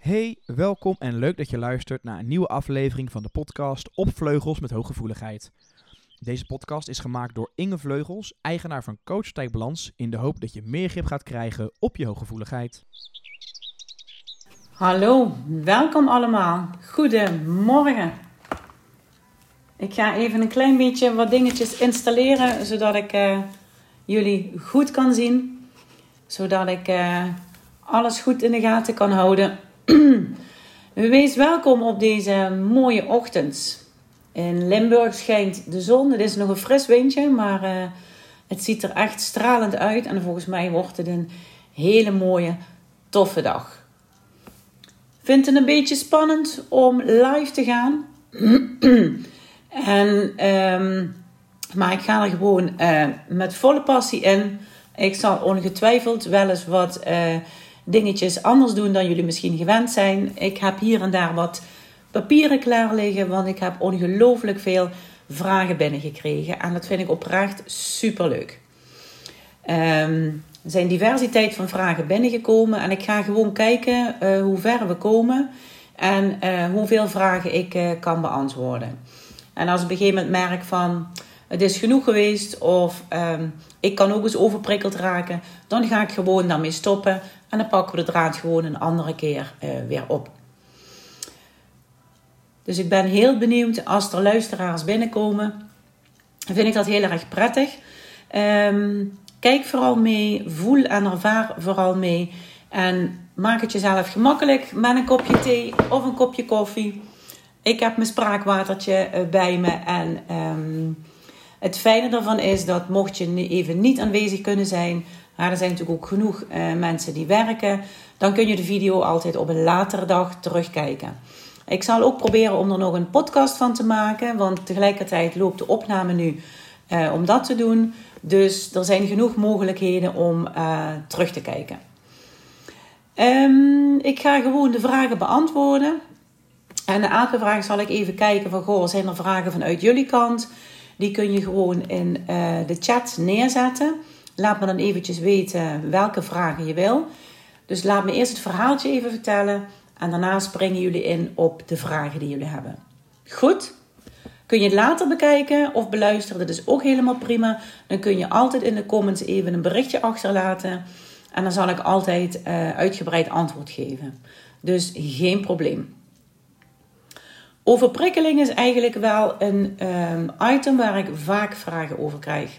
Hey, welkom en leuk dat je luistert naar een nieuwe aflevering van de podcast Op Vleugels met Hooggevoeligheid. Deze podcast is gemaakt door Inge Vleugels, eigenaar van Coach Balans, in de hoop dat je meer grip gaat krijgen op je hooggevoeligheid. Hallo, welkom allemaal. Goedemorgen. Ik ga even een klein beetje wat dingetjes installeren, zodat ik jullie goed kan zien. Zodat ik alles goed in de gaten kan houden. Wees welkom op deze mooie ochtend. In Limburg schijnt de zon. Het is nog een fris windje, maar het ziet er echt stralend uit. En volgens mij wordt het een hele mooie, toffe dag. Vind het een beetje spannend om live te gaan. Maar ik ga er gewoon met volle passie in. Ik zal ongetwijfeld wel eens wat dingetjes anders doen dan jullie misschien gewend zijn. Ik heb hier en daar wat papieren klaar liggen, want ik heb ongelooflijk veel vragen binnengekregen. En dat vind ik oprecht superleuk. Er zijn diversiteit van vragen binnengekomen en ik ga gewoon kijken hoe ver we komen en hoeveel vragen ik kan beantwoorden. En als ik op een gegeven moment merk van het is genoeg geweest of ik kan ook eens overprikkeld raken, dan ga ik gewoon daarmee stoppen en dan pakken we de draad gewoon een andere keer weer op. Dus ik ben heel benieuwd als er luisteraars binnenkomen. Vind ik dat heel erg prettig. Kijk vooral mee, voel en ervaar vooral mee. En maak het jezelf gemakkelijk met een kopje thee of een kopje koffie. Ik heb mijn spraakwatertje bij me. En het fijne daarvan is dat mocht je even niet aanwezig kunnen zijn. Er zijn natuurlijk ook genoeg mensen die werken. Dan kun je de video altijd op een latere dag terugkijken. Ik zal ook proberen om er nog een podcast van te maken. Want tegelijkertijd loopt de opname nu om dat te doen. Dus er zijn genoeg mogelijkheden om terug te kijken. Ik ga gewoon de vragen beantwoorden. En na elke vraag zal ik even kijken van, goh, zijn er vragen vanuit jullie kant? Die kun je gewoon in de chat neerzetten. Laat me dan eventjes weten welke vragen je wil. Dus laat me eerst het verhaaltje even vertellen. En daarna springen jullie in op de vragen die jullie hebben. Goed? Kun je het later bekijken of beluisteren, dat is ook helemaal prima. Dan kun je altijd in de comments even een berichtje achterlaten. En dan zal ik altijd uitgebreid antwoord geven. Dus geen probleem. Overprikkeling is eigenlijk wel een item waar ik vaak vragen over krijg.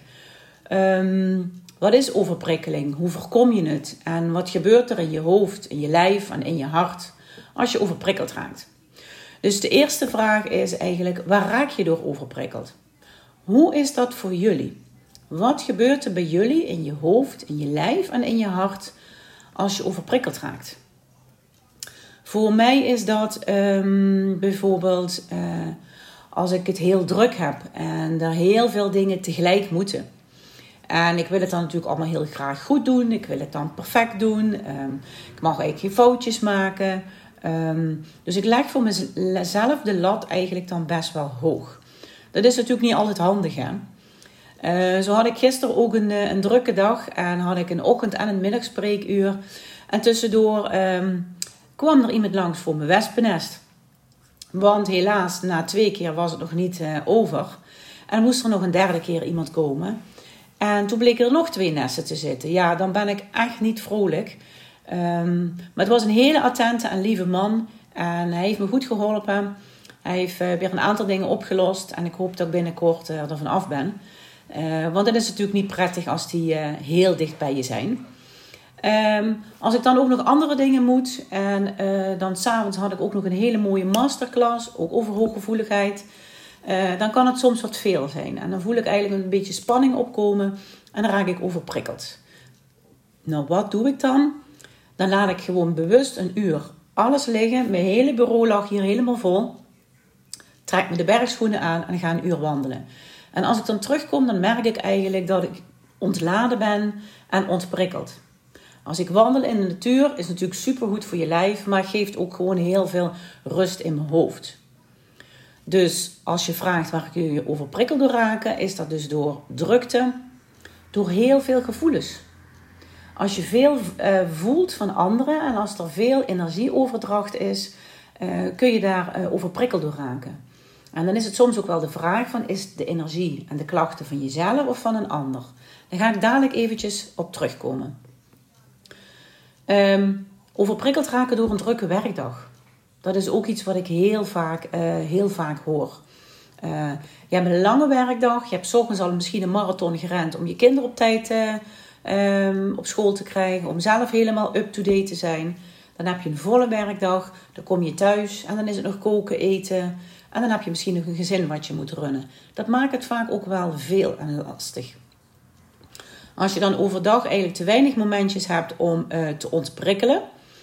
Wat is overprikkeling? Hoe voorkom je het? En wat gebeurt er in je hoofd, in je lijf en in je hart als je overprikkeld raakt? Dus de eerste vraag is eigenlijk, waar raak je door overprikkeld? Hoe is dat voor jullie? Wat gebeurt er bij jullie in je hoofd, in je lijf en in je hart als je overprikkeld raakt? Voor mij is dat bijvoorbeeld als ik het heel druk heb en er heel veel dingen tegelijk moeten. En ik wil het dan natuurlijk allemaal heel graag goed doen. Ik wil het dan perfect doen. Ik mag eigenlijk geen foutjes maken. Dus ik leg voor mezelf de lat eigenlijk dan best wel hoog. Dat is natuurlijk niet altijd handig, hè. Zo had ik gisteren ook een drukke dag. En had ik een ochtend- en een middagspreekuur. En tussendoor kwam er iemand langs voor mijn wespennest. Want helaas, na 2 keer was het nog niet over. En moest er nog een 3e keer iemand komen. En toen bleken er nog 2 nesten te zitten. Ja, dan ben ik echt niet vrolijk. Maar het was een hele attente en lieve man. En hij heeft me goed geholpen. Hij heeft weer een aantal dingen opgelost. En ik hoop dat ik binnenkort er van af ben. Want het is natuurlijk niet prettig als die heel dicht bij je zijn. Als ik dan ook nog andere dingen moet. En dan 's avonds had ik ook nog een hele mooie masterclass. Ook over hooggevoeligheid. Dan kan het soms wat veel zijn. En dan voel ik eigenlijk een beetje spanning opkomen. En dan raak ik overprikkeld. Nou, wat doe ik dan? Dan laat ik gewoon bewust een uur alles liggen. Mijn hele bureau lag hier helemaal vol. Trek me de bergschoenen aan en ga een uur wandelen. En als ik dan terugkom, dan merk ik eigenlijk dat ik ontladen ben en ontprikkeld. Als ik wandel in de natuur, is het natuurlijk supergoed voor je lijf. Maar geeft ook gewoon heel veel rust in mijn hoofd. Dus als je vraagt waar kun je overprikkeld door raken, is dat dus door drukte, door heel veel gevoelens. Als je veel voelt van anderen en als er veel energieoverdracht is, kun je daar overprikkeld door raken. En dan is het soms ook wel de vraag van, is de energie en de klachten van jezelf of van een ander? Daar ga ik dadelijk eventjes op terugkomen. Overprikkeld raken door een drukke werkdag. Dat is ook iets wat ik heel vaak hoor. Je hebt een lange werkdag. Je hebt 's ochtends al misschien een marathon gerend om je kinderen op tijd op school te krijgen. Om zelf helemaal up-to-date te zijn. Dan heb je een volle werkdag. Dan kom je thuis en dan is het nog koken, eten. En dan heb je misschien nog een gezin wat je moet runnen. Dat maakt het vaak ook wel veel en lastig. Als je dan overdag eigenlijk te weinig momentjes hebt om te ontprikkelen,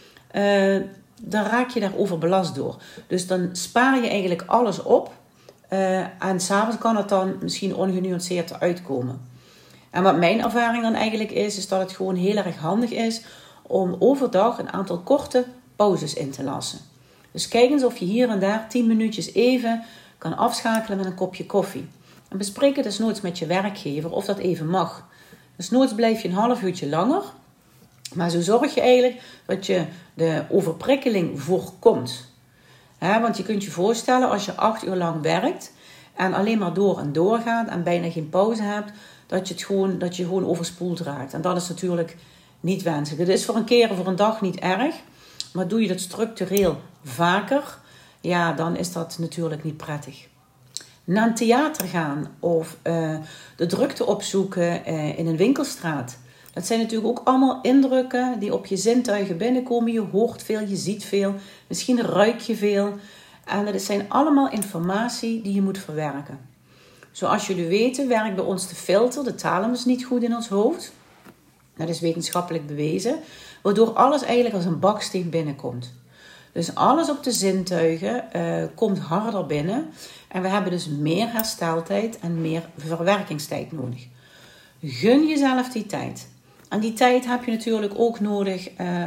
dan raak je daar overbelast door. Dus dan spaar je eigenlijk alles op. En s'avonds kan het dan misschien ongenuanceerd uitkomen. En wat mijn ervaring dan eigenlijk is dat het gewoon heel erg handig is om overdag een aantal korte pauzes in te lassen. Dus kijk eens of je hier en daar 10 minuutjes even kan afschakelen met een kopje koffie. En bespreek het desnoods met je werkgever of dat even mag. Desnoods blijf je een half uurtje langer. Maar zo zorg je eigenlijk dat je de overprikkeling voorkomt. Want je kunt je voorstellen als je 8 uur lang werkt en alleen maar door en door gaat en bijna geen pauze hebt, dat je gewoon overspoeld raakt. En dat is natuurlijk niet wenselijk. Het is voor een keer of voor een dag niet erg, maar doe je dat structureel vaker, ja, dan is dat natuurlijk niet prettig. Naar een theater gaan of de drukte opzoeken in een winkelstraat. Dat zijn natuurlijk ook allemaal indrukken die op je zintuigen binnenkomen. Je hoort veel, je ziet veel, misschien ruik je veel. En dat zijn allemaal informatie die je moet verwerken. Zoals jullie weten werkt bij ons de filter, de thalamus, niet goed in ons hoofd. Dat is wetenschappelijk bewezen. Waardoor alles eigenlijk als een baksteen binnenkomt. Dus alles op de zintuigen komt harder binnen. En we hebben dus meer hersteltijd en meer verwerkingstijd nodig. Gun jezelf die tijd. En die tijd heb je natuurlijk ook nodig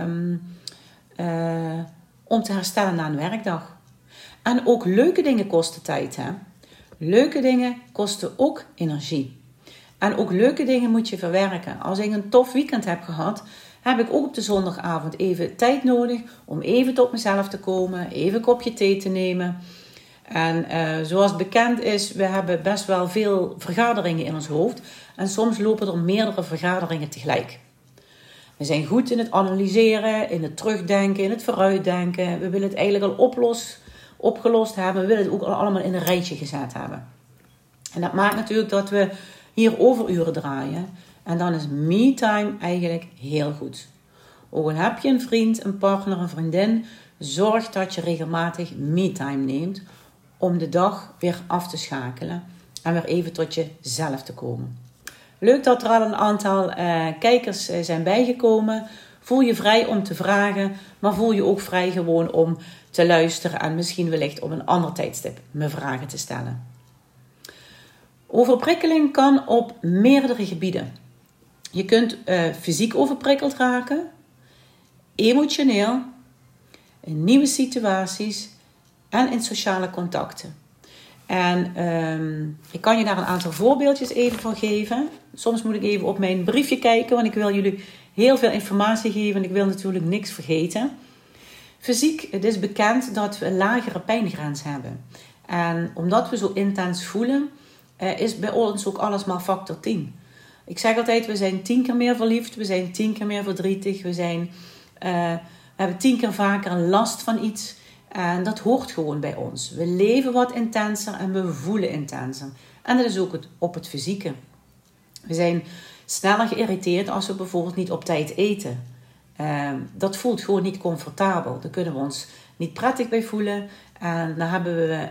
om te herstellen na een werkdag. En ook leuke dingen kosten tijd. Hè? Leuke dingen kosten ook energie. En ook leuke dingen moet je verwerken. Als ik een tof weekend heb gehad, heb ik ook op de zondagavond even tijd nodig om even tot mezelf te komen, even een kopje thee te nemen. En zoals bekend is, we hebben best wel veel vergaderingen in ons hoofd. En soms lopen er meerdere vergaderingen tegelijk. We zijn goed in het analyseren, in het terugdenken, in het vooruitdenken. We willen het eigenlijk al opgelost hebben. We willen het ook al allemaal in een rijtje gezet hebben. En dat maakt natuurlijk dat we hier overuren draaien. En dan is me-time eigenlijk heel goed. Ook al heb je een vriend, een partner, een vriendin, zorg dat je regelmatig me-time neemt om de dag weer af te schakelen en weer even tot jezelf te komen. Leuk dat er al een aantal kijkers zijn bijgekomen. Voel je vrij om te vragen, maar voel je ook vrij gewoon om te luisteren en misschien wellicht op een ander tijdstip me vragen te stellen. Overprikkeling kan op meerdere gebieden. Je kunt fysiek overprikkeld raken, emotioneel, in nieuwe situaties en in sociale contacten. En ik kan je daar een aantal voorbeeldjes even van geven. Soms moet ik even op mijn briefje kijken, want ik wil jullie heel veel informatie geven en ik wil natuurlijk niks vergeten. Fysiek, het is bekend dat we een lagere pijngrens hebben. En omdat we zo intens voelen, is bij ons ook alles maar factor 10. Ik zeg altijd, we zijn 10 keer meer verliefd, we zijn 10 keer meer verdrietig, we hebben 10 keer vaker een last van iets. En dat hoort gewoon bij ons. We leven wat intenser en we voelen intenser. En dat is ook op het fysieke. We zijn sneller geïrriteerd als we bijvoorbeeld niet op tijd eten. Dat voelt gewoon niet comfortabel. Daar kunnen we ons niet prettig bij voelen. En daar hebben we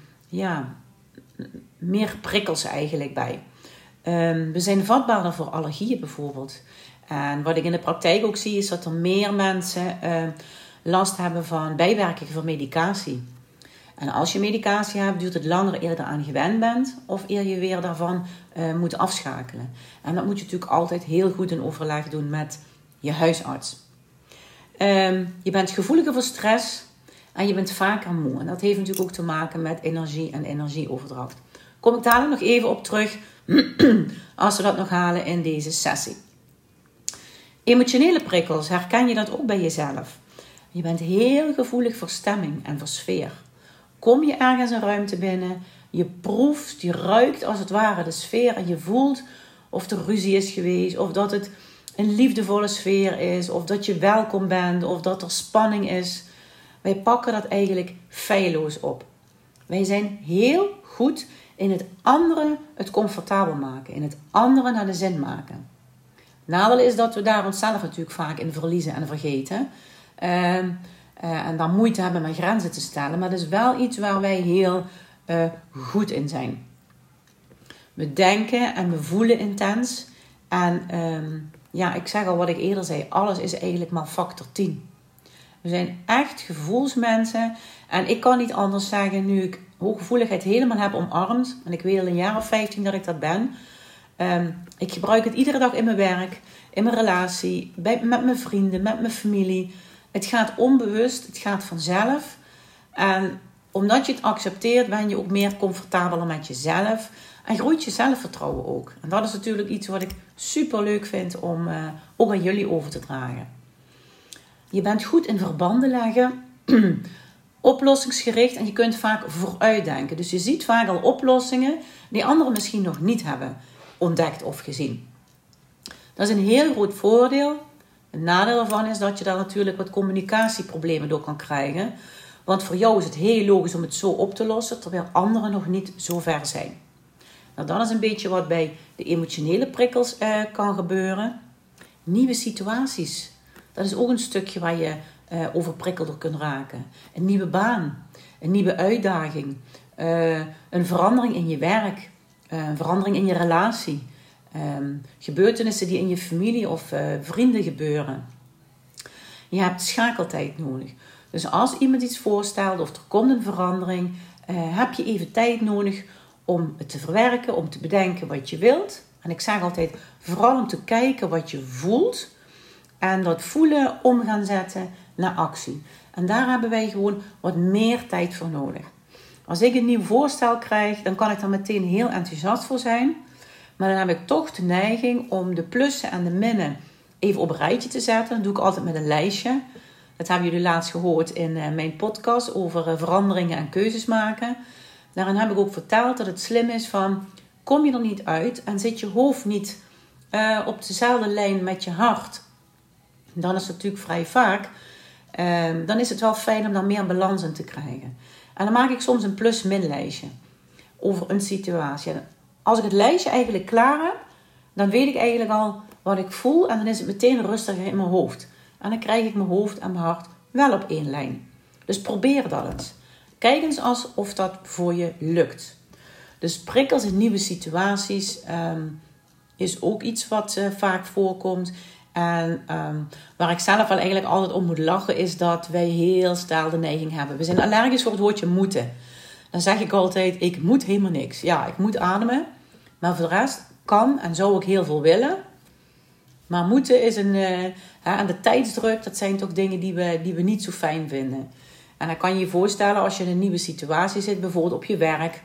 meer prikkels eigenlijk bij. We zijn vatbaarder voor allergieën bijvoorbeeld. En wat ik in de praktijk ook zie is dat er meer mensen last hebben van bijwerkingen van medicatie. En als je medicatie hebt, duurt het langer eer je eraan gewend bent of eer je weer daarvan moet afschakelen. En dat moet je natuurlijk altijd heel goed in overleg doen met je huisarts. Je bent gevoeliger voor stress en je bent vaker moe. En dat heeft natuurlijk ook te maken met energie en energieoverdracht. Kom ik daar nog even op terug als we dat nog halen in deze sessie. Emotionele prikkels, herken je dat ook bij jezelf? Je bent heel gevoelig voor stemming en voor sfeer. Kom je ergens een ruimte binnen, je proeft, je ruikt als het ware de sfeer en je voelt of er ruzie is geweest, of dat het een liefdevolle sfeer is, of dat je welkom bent, of dat er spanning is. Wij pakken dat eigenlijk feilloos op. Wij zijn heel goed in het andere het comfortabel maken, in het andere naar de zin maken. Nadeel is dat we daar onszelf natuurlijk vaak in verliezen en vergeten. En dan moeite hebben met grenzen te stellen. Maar dat is wel iets waar wij heel goed in zijn. We denken en we voelen intens. En ik zeg al wat ik eerder zei. Alles is eigenlijk maar factor 10. We zijn echt gevoelsmensen. En ik kan niet anders zeggen nu ik hooggevoeligheid helemaal heb omarmd. En ik weet al een jaar of 15 dat ik dat ben. Ik gebruik het iedere dag in mijn werk, in mijn relatie, met mijn vrienden, met mijn familie. Het gaat onbewust, het gaat vanzelf. En omdat je het accepteert, ben je ook meer comfortabeler met jezelf. En groeit je zelfvertrouwen ook. En dat is natuurlijk iets wat ik super leuk vind om ook aan jullie over te dragen. Je bent goed in verbanden leggen, oplossingsgericht en je kunt vaak vooruitdenken. Dus je ziet vaak al oplossingen die anderen misschien nog niet hebben ontdekt of gezien. Dat is een heel groot voordeel. Een nadeel daarvan is dat je daar natuurlijk wat communicatieproblemen door kan krijgen. Want voor jou is het heel logisch om het zo op te lossen, terwijl anderen nog niet zo ver zijn. Nou, dat is een beetje wat bij de emotionele prikkels kan gebeuren. Nieuwe situaties. Dat is ook een stukje waar je overprikkeld door kunt raken. Een nieuwe baan. Een nieuwe uitdaging. Een verandering in je werk. Een verandering in je relatie. Gebeurtenissen die in je familie of vrienden gebeuren. Je hebt schakeltijd nodig. Dus als iemand iets voorstelt of er komt een verandering, heb je even tijd nodig om het te verwerken, om te bedenken wat je wilt. En ik zeg altijd, vooral om te kijken wat je voelt en dat voelen om gaan zetten naar actie. En daar hebben wij gewoon wat meer tijd voor nodig. Als ik een nieuw voorstel krijg, dan kan ik daar meteen heel enthousiast voor zijn. Maar dan heb ik toch de neiging om de plussen en de minnen even op een rijtje te zetten. Dat doe ik altijd met een lijstje. Dat hebben jullie laatst gehoord in mijn podcast over veranderingen en keuzes maken. Daarin heb ik ook verteld dat het slim is van, kom je er niet uit en zit je hoofd niet op dezelfde lijn met je hart. Dan is het natuurlijk vrij vaak. Dan is het wel fijn om daar meer balans in te krijgen. En dan maak ik soms een plus-min lijstje over een situatie. Als ik het lijstje eigenlijk klaar heb, dan weet ik eigenlijk al wat ik voel. En dan is het meteen rustiger in mijn hoofd. En dan krijg ik mijn hoofd en mijn hart wel op één lijn. Dus probeer dat eens. Kijk eens of dat voor je lukt. Dus prikkels in nieuwe situaties is ook iets wat vaak voorkomt. En waar ik zelf wel eigenlijk altijd om moet lachen is dat wij heel snel de neiging hebben. We zijn allergisch voor het woordje moeten. Dan zeg ik altijd, ik moet helemaal niks. Ja, ik moet ademen. Maar voor de rest kan en zou ik heel veel willen. Maar moeten is en de tijdsdruk, dat zijn toch dingen die we niet zo fijn vinden. En dan kan je je voorstellen als je in een nieuwe situatie zit, bijvoorbeeld op je werk.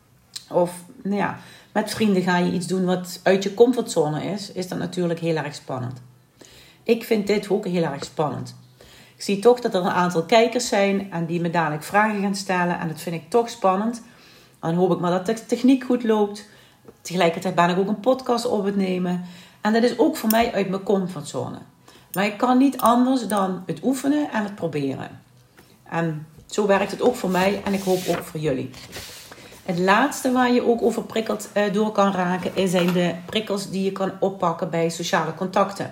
Of met vrienden ga je iets doen wat uit je comfortzone is dat natuurlijk heel erg spannend. Ik vind dit ook heel erg spannend. Ik zie toch dat er een aantal kijkers zijn en die me dadelijk vragen gaan stellen. En dat vind ik toch spannend. Dan hoop ik maar dat de techniek goed loopt. Tegelijkertijd ben ik ook een podcast op het nemen. En dat is ook voor mij uit mijn comfortzone. Maar ik kan niet anders dan het oefenen en het proberen. En zo werkt het ook voor mij en ik hoop ook voor jullie. Het laatste waar je ook overprikkeld door kan raken, zijn de prikkels die je kan oppakken bij sociale contacten.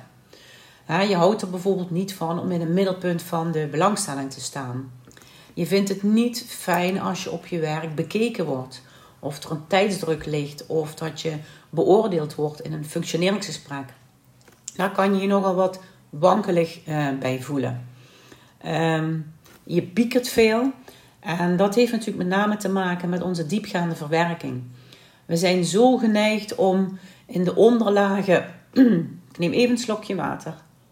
Je houdt er bijvoorbeeld niet van om in het middelpunt van de belangstelling te staan. Je vindt het niet fijn als je op je werk bekeken wordt. Of er een tijdsdruk ligt. Of dat je beoordeeld wordt in een functioneringsgesprek. Daar kan je je nogal wat wankelig bij voelen. Je piekert veel. En dat heeft natuurlijk met name te maken met onze diepgaande verwerking. We zijn zo geneigd om in de onderlagen... Ik neem even een slokje water.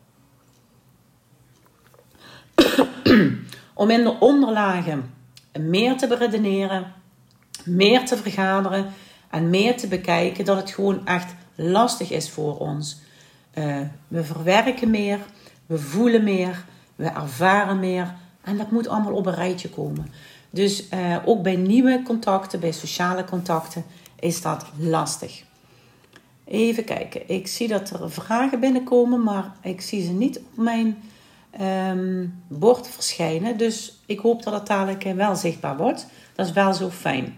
Om in de onderlagen meer te beredeneren, meer te vergaderen en meer te bekijken, dat het gewoon echt lastig is voor ons. We verwerken meer, we voelen meer, we ervaren meer. En dat moet allemaal op een rijtje komen. Dus ook bij nieuwe contacten, bij sociale contacten, is dat lastig. Even kijken. Ik zie dat er vragen binnenkomen, maar ik zie ze niet op mijn bord verschijnen. Dus ik hoop dat het dadelijk wel zichtbaar wordt. Dat is wel zo fijn.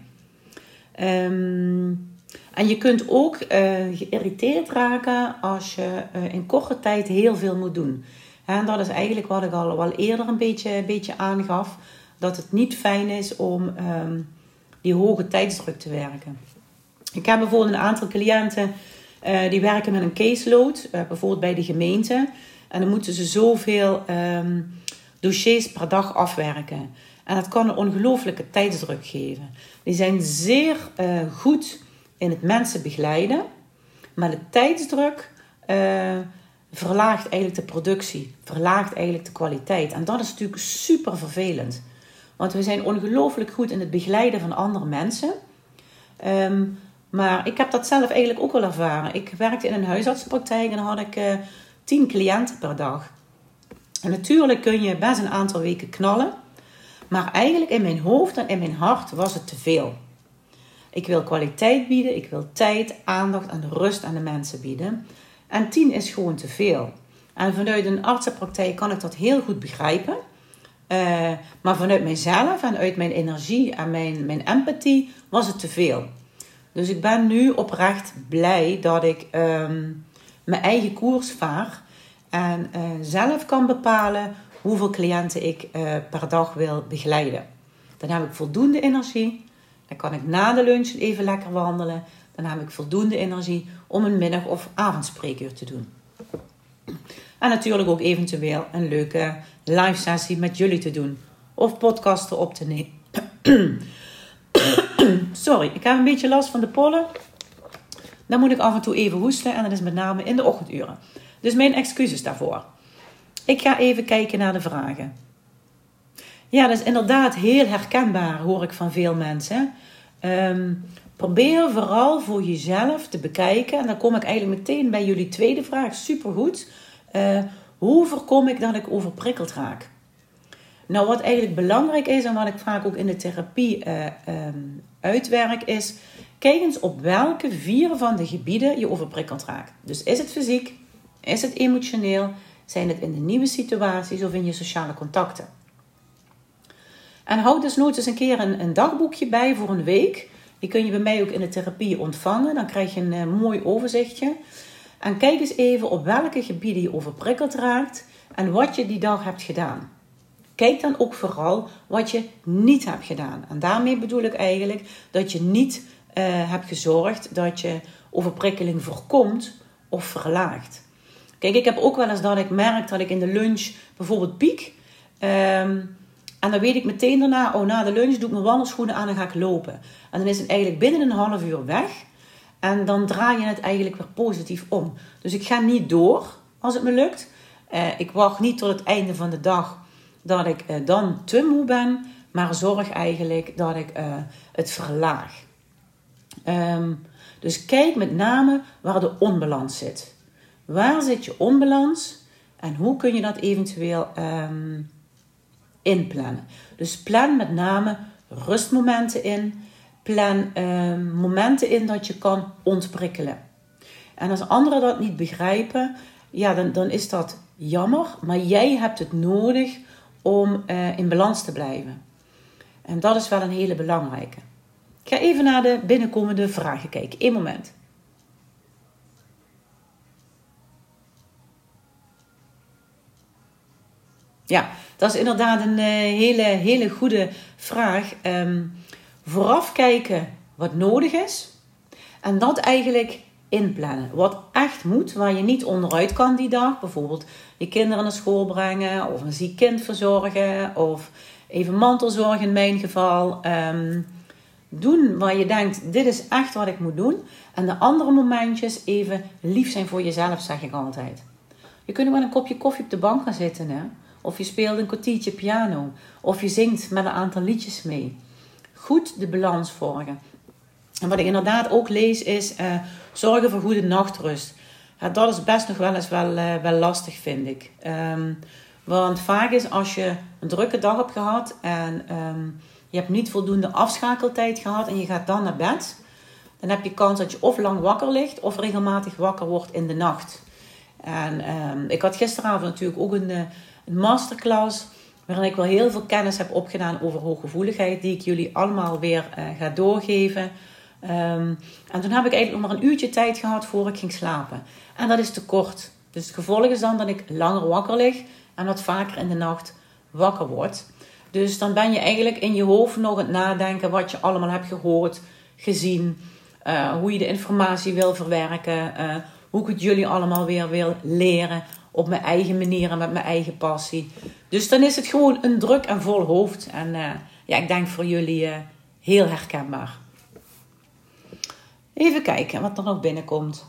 En je kunt ook geïrriteerd raken als je in korte tijd heel veel moet doen. En dat is eigenlijk wat ik al wel eerder een beetje aangaf. Dat het niet fijn is om die hoge tijdsdruk te werken. Ik heb bijvoorbeeld een aantal cliënten die werken met een caseload. Bijvoorbeeld bij de gemeente. En dan moeten ze zoveel dossiers per dag afwerken. En dat kan een ongelooflijke tijdsdruk geven. Die zijn zeer goed in het mensen begeleiden. Maar de tijdsdruk verlaagt eigenlijk de productie. Verlaagt eigenlijk de kwaliteit. En dat is natuurlijk super vervelend. Want we zijn ongelooflijk goed in het begeleiden van andere mensen. Maar ik heb dat zelf eigenlijk ook wel ervaren. Ik werkte in een huisartsenpraktijk en dan had ik 10 cliënten per dag. En natuurlijk kun je best een aantal weken knallen. Maar eigenlijk in mijn hoofd en in mijn hart was het te veel. Ik wil kwaliteit bieden, ik wil tijd, aandacht en rust aan de mensen bieden. En 10 is gewoon te veel. En vanuit een artsenpraktijk kan ik dat heel goed begrijpen. Maar vanuit mijzelf en uit mijn energie en mijn empathie was het te veel. Dus ik ben nu oprecht blij dat ik mijn eigen koers vaar. En zelf kan bepalen hoeveel cliënten ik per dag wil begeleiden. Dan heb ik voldoende energie. Dan kan ik na de lunch even lekker wandelen. Dan heb ik voldoende energie om een middag- of avondspreekuur te doen. En natuurlijk ook eventueel een leuke live sessie met jullie te doen. Of podcasten op te nemen. Sorry, ik heb een beetje last van de pollen. Dan moet ik af en toe even hoesten. En dat is met name in de ochtenduren. Dus mijn excuses daarvoor. Ik ga even kijken naar de vragen. Ja, dat is inderdaad heel herkenbaar, hoor ik van veel mensen. Probeer vooral voor jezelf te bekijken. En dan kom ik eigenlijk meteen bij jullie tweede vraag. Supergoed. Hoe voorkom ik dat ik overprikkeld raak? Nou, wat eigenlijk belangrijk is en wat ik vaak ook in de therapie uitwerk is... Kijk eens op welke 4 van de gebieden je overprikkeld raakt. Dus is het fysiek? Is het emotioneel? Zijn het in de nieuwe situaties of in je sociale contacten? En houd desnoods eens een keer een dagboekje bij voor een week. Die kun je bij mij ook in de therapie ontvangen. Dan krijg je een mooi overzichtje. En kijk eens even op welke gebieden je overprikkeld raakt en wat je die dag hebt gedaan. Kijk dan ook vooral wat je niet hebt gedaan. En daarmee bedoel ik eigenlijk dat je niet hebt gezorgd dat je overprikkeling voorkomt of verlaagt. Kijk, ik heb ook wel eens dat ik merk dat ik in de lunch bijvoorbeeld piek. En dan weet ik meteen daarna, na de lunch doe ik mijn wandelschoenen aan en ga ik lopen. En dan is het eigenlijk binnen een half uur weg. En dan draai je het eigenlijk weer positief om. Dus ik ga niet door als het me lukt. Ik wacht niet tot het einde van de dag dat ik dan te moe ben. Maar zorg eigenlijk dat ik het verlaag. Dus kijk met name waar de onbalans zit. Waar zit je onbalans? En hoe kun je dat eventueel inplannen? Dus plan met name rustmomenten in. Plan momenten in dat je kan ontprikkelen. En als anderen dat niet begrijpen, ja, dan is dat jammer. Maar jij hebt het nodig om in balans te blijven. En dat is wel een hele belangrijke. Ik ga even naar de binnenkomende vragen kijken. 1 moment. Ja, dat is inderdaad een hele goede vraag. Vooraf kijken wat nodig is. En dat eigenlijk inplannen. Wat echt moet, waar je niet onderuit kan die dag. Bijvoorbeeld je kinderen naar school brengen. Of een ziek kind verzorgen. Of even mantelzorg in mijn geval. Doen waar je denkt, dit is echt wat ik moet doen. En de andere momentjes even lief zijn voor jezelf, zeg ik altijd. Je kunt ook met een kopje koffie op de bank gaan zitten. Hè? Of je speelt een kwartiertje piano. Of je zingt met een aantal liedjes mee. Goed de balans volgen. En wat ik inderdaad ook lees is zorgen voor goede nachtrust. dat is best nog wel eens wel lastig, vind ik. Want vaak is als je een drukke dag hebt gehad en je hebt niet voldoende afschakeltijd gehad en je gaat dan naar bed, dan heb je kans dat je of lang wakker ligt of regelmatig wakker wordt in de nacht. En ik had gisteravond natuurlijk ook een masterclass waarin ik wel heel veel kennis heb opgedaan over hooggevoeligheid, die ik jullie allemaal weer ga doorgeven. En toen heb ik eigenlijk nog maar een uurtje tijd gehad voor ik ging slapen. En dat is te kort. Dus het gevolg is dan dat ik langer wakker lig en wat vaker in de nacht wakker word. Dus dan ben je eigenlijk in je hoofd nog aan het nadenken wat je allemaal hebt gehoord, gezien, hoe je de informatie wil verwerken, hoe ik het jullie allemaal weer wil leren op mijn eigen manier en met mijn eigen passie. Dus dan is het gewoon een druk en vol hoofd. En ik denk voor jullie heel herkenbaar. Even kijken wat er nog binnenkomt.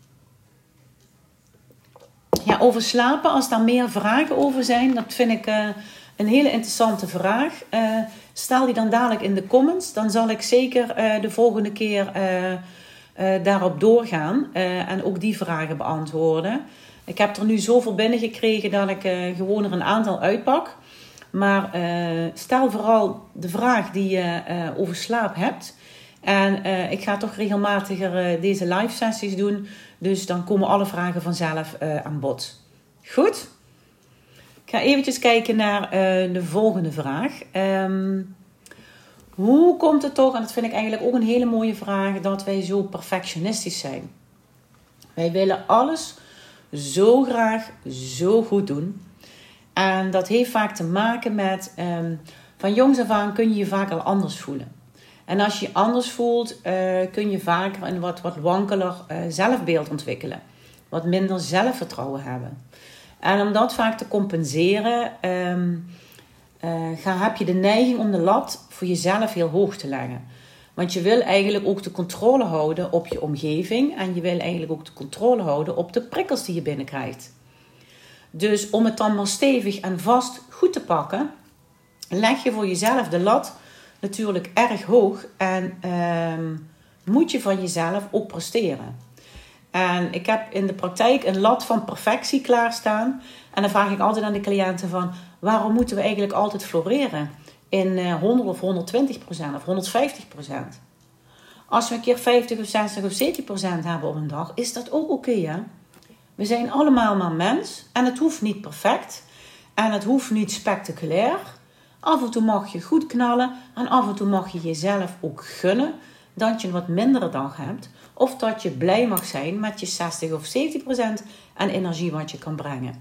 Ja, over slapen, als daar meer vragen over zijn, dat vind ik een hele interessante vraag. Stel die dan dadelijk in de comments. Dan zal ik zeker de volgende keer daarop doorgaan en ook die vragen beantwoorden. Ik heb er nu zoveel binnengekregen dat ik gewoon er een aantal uitpak. Maar stel vooral de vraag die je over slaap hebt. En ik ga toch regelmatiger deze live sessies doen. Dus dan komen alle vragen vanzelf aan bod. Goed? Ik ga eventjes kijken naar de volgende vraag. Hoe komt het toch, en dat vind ik eigenlijk ook een hele mooie vraag, dat wij zo perfectionistisch zijn? Wij willen alles zo graag, zo goed doen. En dat heeft vaak te maken met, van jongs af aan kun je je vaak al anders voelen. En als je je anders voelt, kun je vaker een wat wankeler zelfbeeld ontwikkelen. Wat minder zelfvertrouwen hebben. En om dat vaak te compenseren, heb je de neiging om de lat voor jezelf heel hoog te leggen. Want je wil eigenlijk ook de controle houden op je omgeving. En je wil eigenlijk ook de controle houden op de prikkels die je binnenkrijgt. Dus om het dan maar stevig en vast goed te pakken, leg je voor jezelf de lat natuurlijk erg hoog. En moet je van jezelf ook presteren. En ik heb in de praktijk een lat van perfectie klaarstaan. En dan vraag ik altijd aan de cliënten van, waarom moeten we eigenlijk altijd floreren in 100 of 120% of 150%? Als we een keer 50 of 60 of 70% hebben op een dag, is dat ook oké, hè? We zijn allemaal maar mens en het hoeft niet perfect en het hoeft niet spectaculair. Af en toe mag je goed knallen en af en toe mag je jezelf ook gunnen dat je een wat mindere dag hebt. Of dat je blij mag zijn met je 60 of 70% aan energie wat je kan brengen.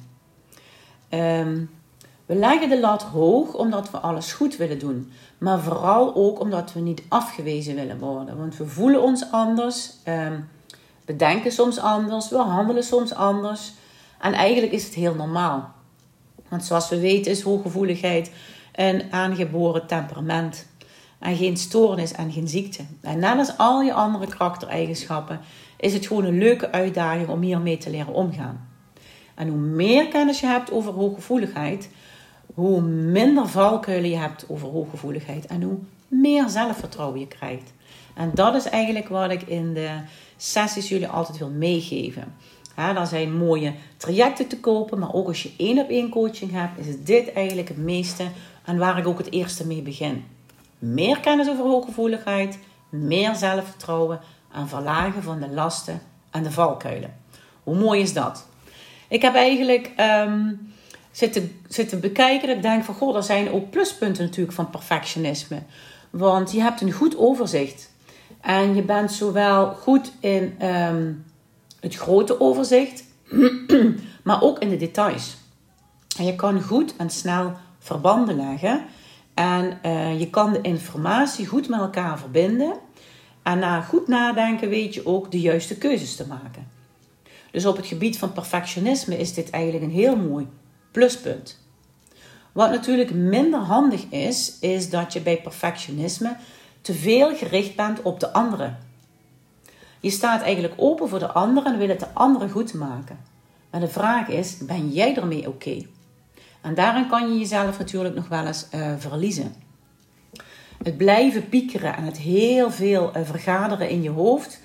We leggen de lat hoog omdat we alles goed willen doen. Maar vooral ook omdat we niet afgewezen willen worden. Want we voelen ons anders. We denken soms anders. We handelen soms anders. En eigenlijk is het heel normaal. Want zoals we weten is hooggevoeligheid een aangeboren temperament. En geen stoornis en geen ziekte. En net als al je andere karaktereigenschappen is het gewoon een leuke uitdaging om hiermee te leren omgaan. En hoe meer kennis je hebt over hooggevoeligheid, hoe minder valkuilen je hebt over hooggevoeligheid en hoe meer zelfvertrouwen je krijgt. En dat is eigenlijk wat ik in de sessies jullie altijd wil meegeven. Er zijn mooie trajecten te kopen, maar ook als je 1-op-1 coaching hebt, is dit eigenlijk het meeste en waar ik ook het eerste mee begin. Meer kennis over hooggevoeligheid, meer zelfvertrouwen en verlagen van de lasten en de valkuilen. Hoe mooi is dat? Ik heb eigenlijk zitten bekijken dat ik denk van, goh, er zijn ook pluspunten natuurlijk van perfectionisme. Want je hebt een goed overzicht. En je bent zowel goed in het grote overzicht, maar ook in de details. En je kan goed en snel verbanden leggen. En je kan de informatie goed met elkaar verbinden. En na goed nadenken weet je ook de juiste keuzes te maken. Dus op het gebied van perfectionisme is dit eigenlijk een heel mooi pluspunt. Wat natuurlijk minder handig is dat je bij perfectionisme te veel gericht bent op de anderen. Je staat eigenlijk open voor de anderen en wil het de anderen goed maken. Maar de vraag is, ben jij ermee oké? En daarin kan je jezelf natuurlijk nog wel eens verliezen. Het blijven piekeren en het heel veel vergaderen in je hoofd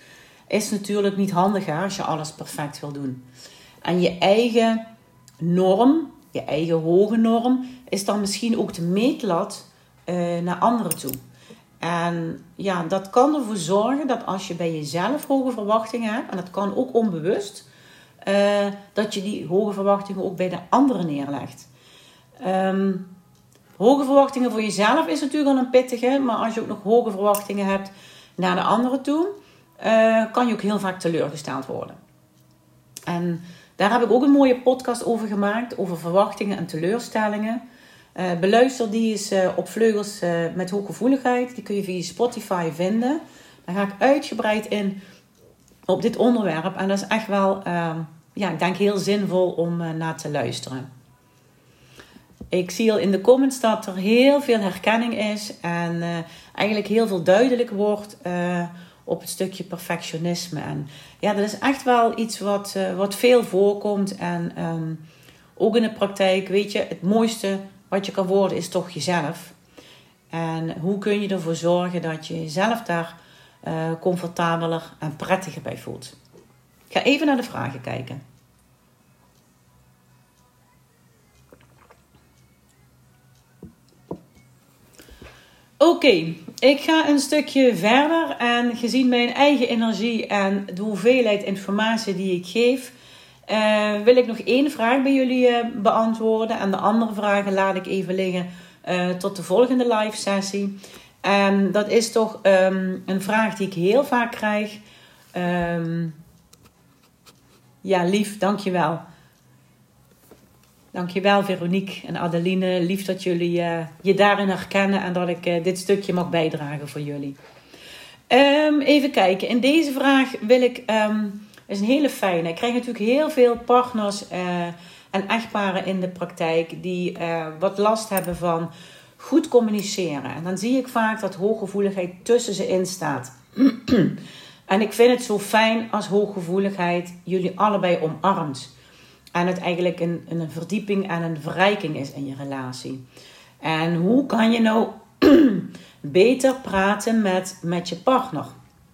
is natuurlijk niet handig als je alles perfect wil doen. En je eigen norm, je eigen hoge norm, is dan misschien ook de meetlat naar anderen toe. En ja, dat kan ervoor zorgen dat als je bij jezelf hoge verwachtingen hebt, en dat kan ook onbewust, dat je die hoge verwachtingen ook bij de anderen neerlegt. Hoge verwachtingen voor jezelf is natuurlijk al een pittige, maar als je ook nog hoge verwachtingen hebt naar de anderen toe, kan je ook heel vaak teleurgesteld worden. En daar heb ik ook een mooie podcast over gemaakt, over verwachtingen en teleurstellingen. Beluister die eens op Vleugels met hooggevoeligheid. Die kun je via Spotify vinden. Daar ga ik uitgebreid in op dit onderwerp. En dat is echt wel, ik denk heel zinvol om naar te luisteren. Ik zie al in de comments dat er heel veel herkenning is. En eigenlijk heel veel duidelijk wordt op het stukje perfectionisme. En ja, dat is echt wel iets wat veel voorkomt. En ook in de praktijk, weet je, het mooiste wat je kan worden is toch jezelf. En hoe kun je ervoor zorgen dat je jezelf daar comfortabeler en prettiger bij voelt. Ik ga even naar de vragen kijken. Oké, ik ga een stukje verder en gezien mijn eigen energie en de hoeveelheid informatie die ik geef, wil ik nog één vraag bij jullie beantwoorden. En de andere vragen laat ik even liggen tot de volgende live sessie. Dat is toch een vraag die ik heel vaak krijg. Ja, lief, dankjewel. Dankjewel Veronique en Adeline. Lief dat jullie je daarin herkennen en dat ik dit stukje mag bijdragen voor jullie. Even kijken. In deze vraag wil ik... is een hele fijne. Ik krijg natuurlijk heel veel partners en echtparen in de praktijk die wat last hebben van goed communiceren. En dan zie ik vaak dat hooggevoeligheid tussen ze in staat. En ik vind het zo fijn als hooggevoeligheid jullie allebei omarmt. En het eigenlijk een verdieping en een verrijking is in je relatie. En hoe kan je nou beter praten met je partner?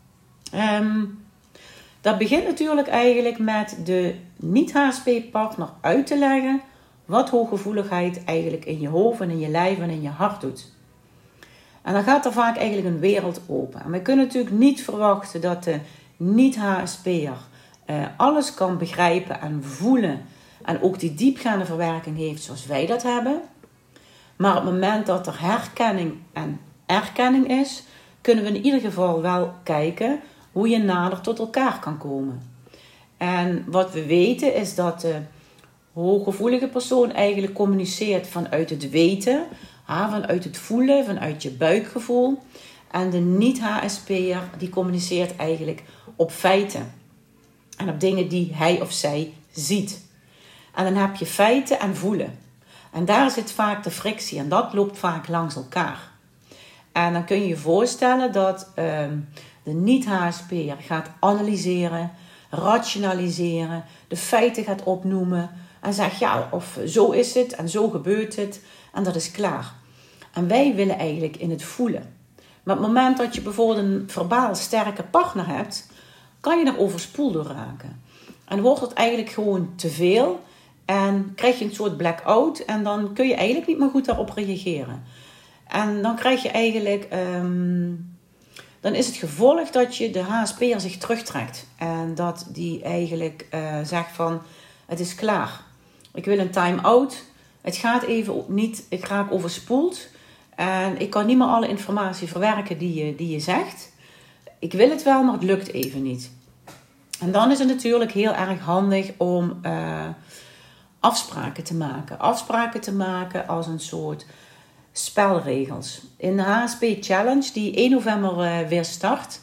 Dat begint natuurlijk eigenlijk met de niet-HSP-partner uit te leggen wat hooggevoeligheid eigenlijk in je hoofd en in je lijf en in je hart doet. En dan gaat er vaak eigenlijk een wereld open. En we kunnen natuurlijk niet verwachten dat de niet-HSP'er alles kan begrijpen en voelen en ook die diepgaande verwerking heeft zoals wij dat hebben. Maar op het moment dat er herkenning en erkenning is, kunnen we in ieder geval wel kijken hoe je nader tot elkaar kan komen. En wat we weten is dat de hooggevoelige persoon eigenlijk communiceert vanuit het weten, vanuit het voelen, vanuit je buikgevoel. En de niet-HSP'er die communiceert eigenlijk op feiten. En op dingen die hij of zij ziet. En dan heb je feiten en voelen. En daar zit vaak de frictie. En dat loopt vaak langs elkaar. En dan kun je je voorstellen dat de niet-HSP'er gaat analyseren, rationaliseren, de feiten gaat opnoemen. En zegt ja, of zo is het en zo gebeurt het. En dat is klaar. En wij willen eigenlijk in het voelen. Maar op het moment dat je bijvoorbeeld een verbaal sterke partner hebt, kan je daar overspoeld door raken. En wordt het eigenlijk gewoon te veel en krijg je een soort blackout en dan kun je eigenlijk niet meer goed daarop reageren. En dan krijg je eigenlijk, dan is het gevolg dat je de HSP'er zich terugtrekt. En dat die eigenlijk zegt van, het is klaar. Ik wil een time-out. Het gaat even niet, ik raak overspoeld. En ik kan niet meer alle informatie verwerken die je zegt. Ik wil het wel, maar het lukt even niet. En dan is het natuurlijk heel erg handig om afspraken te maken. Afspraken te maken als een soort spelregels. In de HSP Challenge, die 1 november weer start,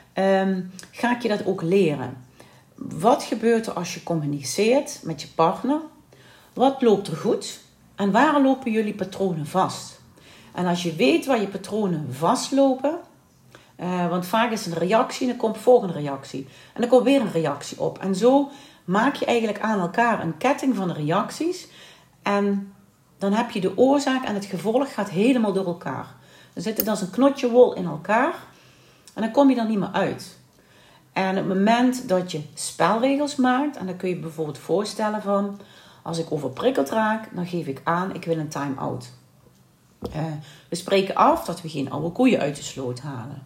ga ik je dat ook leren. Wat gebeurt er als je communiceert met je partner? Wat loopt er goed? En waar lopen jullie patronen vast? En als je weet waar je patronen vastlopen, want vaak is een reactie en dan komt volgende reactie. En dan komt weer een reactie op. En zo maak je eigenlijk aan elkaar een ketting van reacties. En dan heb je de oorzaak en het gevolg gaat helemaal door elkaar. Dan zit het als een knotje wol in elkaar. En dan kom je er niet meer uit. En op het moment dat je spelregels maakt, en dan kun je bijvoorbeeld voorstellen van, als ik overprikkeld raak, dan geef ik aan, ik wil een time-out. We spreken af dat we geen oude koeien uit de sloot halen.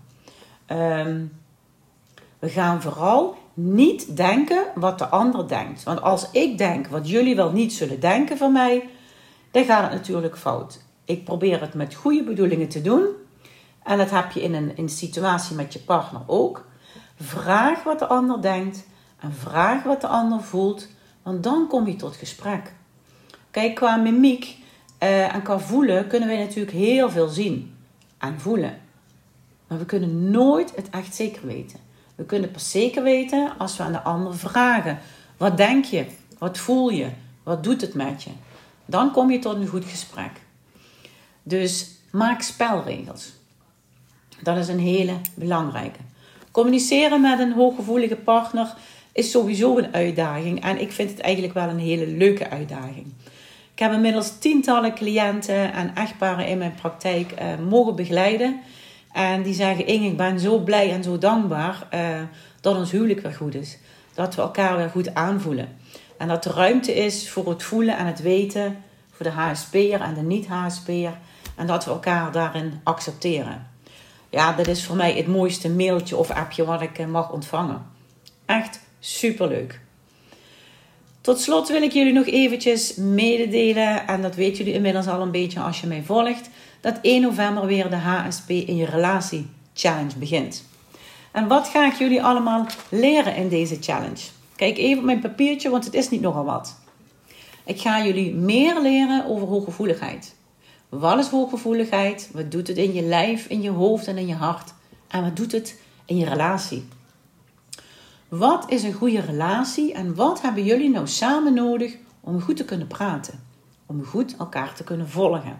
We gaan vooral niet denken wat de ander denkt. Want als ik denk wat jullie wel niet zullen denken van mij, dan gaat het natuurlijk fout. Ik probeer het met goede bedoelingen te doen. En dat heb je in een situatie met je partner ook. Vraag wat de ander denkt en vraag wat de ander voelt. Want dan kom je tot gesprek. Kijk, qua mimiek en qua voelen kunnen wij natuurlijk heel veel zien en voelen. Maar we kunnen nooit het echt zeker weten. We kunnen het pas zeker weten als we aan de ander vragen. Wat denk je? Wat voel je? Wat doet het met je? Dan kom je tot een goed gesprek. Dus maak spelregels. Dat is een hele belangrijke. Communiceren met een hooggevoelige partner is sowieso een uitdaging. En ik vind het eigenlijk wel een hele leuke uitdaging. Ik heb inmiddels tientallen cliënten en echtparen in mijn praktijk mogen begeleiden. En die zeggen, Inge, ik ben zo blij en zo dankbaar dat ons huwelijk weer goed is. Dat we elkaar weer goed aanvoelen. En dat er ruimte is voor het voelen en het weten. Voor de HSP'er en de niet-HSP'er. En dat we elkaar daarin accepteren. Ja, dat is voor mij het mooiste mailtje of appje wat ik mag ontvangen. Echt superleuk. Tot slot wil ik jullie nog eventjes mededelen. En dat weten jullie inmiddels al een beetje als je mij volgt. Dat 1 november weer de HSP in je relatie challenge begint. En wat ga ik jullie allemaal leren in deze challenge? Kijk even op mijn papiertje, want het is niet nogal wat. Ik ga jullie meer leren over hooggevoeligheid. Wat is hooggevoeligheid? Wat doet het in je lijf, in je hoofd en in je hart? En wat doet het in je relatie? Wat is een goede relatie en wat hebben jullie nou samen nodig om goed te kunnen praten? Om goed elkaar te kunnen volgen.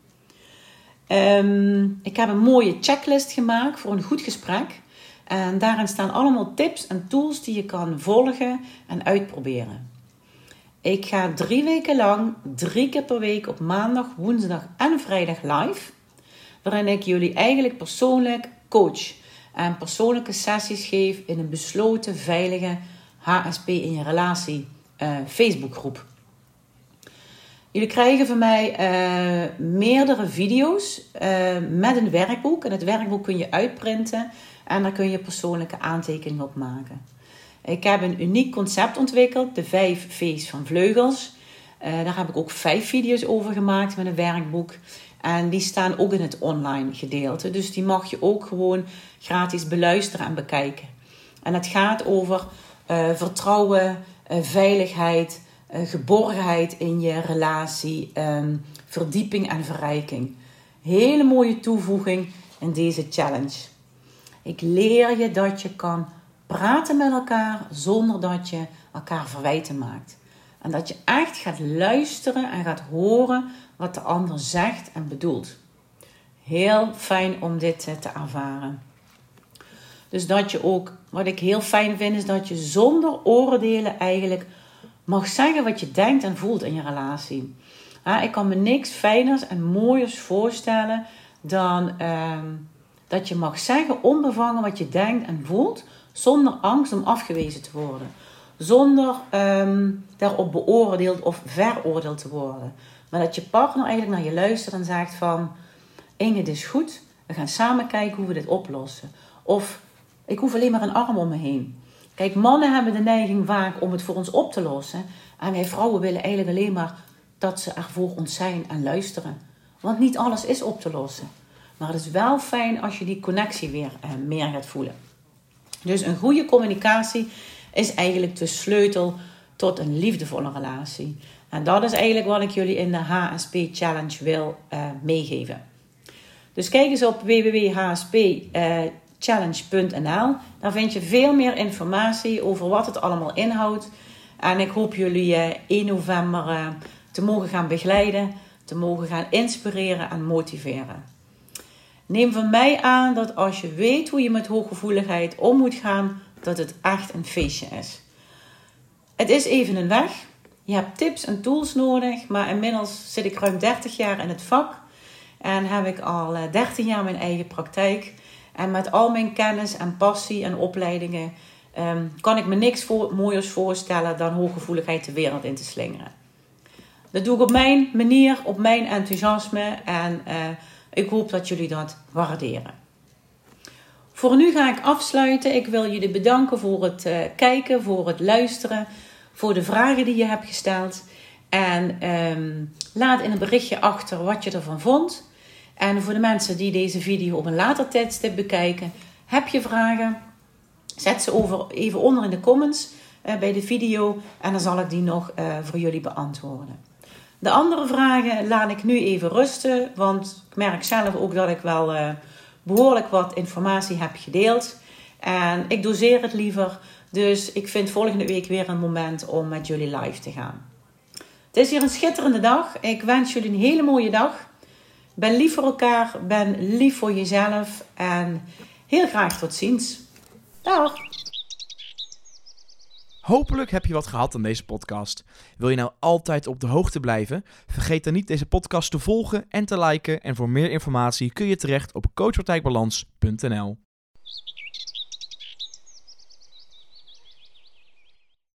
Ik heb een mooie checklist gemaakt voor een goed gesprek. En daarin staan allemaal tips en tools die je kan volgen en uitproberen. Ik ga 3 weken lang, 3 keer per week op maandag, woensdag en vrijdag live. Waarin ik jullie eigenlijk persoonlijk coach en persoonlijke sessies geef in een besloten, veilige HSP in je relatie Facebookgroep. Jullie krijgen van mij meerdere video's met een werkboek. En het werkboek kun je uitprinten en daar kun je persoonlijke aantekeningen op maken. Ik heb een uniek concept ontwikkeld, de 5 V's van vleugels. Daar heb ik ook 5 video's over gemaakt met een werkboek. En die staan ook in het online gedeelte. Dus die mag je ook gewoon gratis beluisteren en bekijken. En het gaat over vertrouwen, veiligheid, geborgenheid in je relatie, verdieping en verrijking. Hele mooie toevoeging in deze challenge. Ik leer je dat je kan praten met elkaar zonder dat je elkaar verwijten maakt. En dat je echt gaat luisteren en gaat horen wat de ander zegt en bedoelt. Heel fijn om dit te ervaren. Dus dat je ook, wat ik heel fijn vind, is dat je zonder oordelen eigenlijk mag zeggen wat je denkt en voelt in je relatie. Ik kan me niks fijners en mooiers voorstellen dan dat je mag zeggen onbevangen wat je denkt en voelt, zonder angst om afgewezen te worden. Zonder daarop beoordeeld of veroordeeld te worden. Maar dat je partner eigenlijk naar je luistert en zegt van, Inge, dit is goed. We gaan samen kijken hoe we dit oplossen. Of, ik hoef alleen maar een arm om me heen. Kijk, mannen hebben de neiging vaak om het voor ons op te lossen. En wij vrouwen willen eigenlijk alleen maar dat ze er voor ons zijn en luisteren. Want niet alles is op te lossen. Maar het is wel fijn als je die connectie weer meer gaat voelen. Dus een goede communicatie is eigenlijk de sleutel tot een liefdevolle relatie. En dat is eigenlijk wat ik jullie in de HSP Challenge wil meegeven. Dus kijk eens op www.hspchallenge.nl. Daar vind je veel meer informatie over wat het allemaal inhoudt. En ik hoop jullie 1 november te mogen gaan begeleiden, te mogen gaan inspireren en motiveren. Neem van mij aan dat als je weet hoe je met hooggevoeligheid om moet gaan, dat het echt een feestje is. Het is even een weg. Je hebt tips en tools nodig, maar inmiddels zit ik ruim 30 jaar in het vak. En heb ik al 13 jaar mijn eigen praktijk. En met al mijn kennis en passie en opleidingen kan ik me niks mooiers voorstellen dan hooggevoeligheid de wereld in te slingeren. Dat doe ik op mijn manier, op mijn enthousiasme en ik hoop dat jullie dat waarderen. Voor nu ga ik afsluiten. Ik wil jullie bedanken voor het kijken, voor het luisteren, voor de vragen die je hebt gesteld. En laat in een berichtje achter wat je ervan vond. En voor de mensen die deze video op een later tijdstip bekijken, heb je vragen? Zet ze even onder in de comments bij de video en dan zal ik die nog voor jullie beantwoorden. De andere vragen laat ik nu even rusten, want ik merk zelf ook dat ik wel behoorlijk wat informatie heb gedeeld. En ik doseer het liever, dus ik vind volgende week weer een moment om met jullie live te gaan. Het is hier een schitterende dag. Ik wens jullie een hele mooie dag. Ben lief voor elkaar, ben lief voor jezelf en heel graag tot ziens. Dag! Hopelijk heb je wat gehad aan deze podcast. Wil je nou altijd op de hoogte blijven? Vergeet dan niet deze podcast te volgen en te liken. En voor meer informatie kun je terecht op coachpraktijkbalans.nl.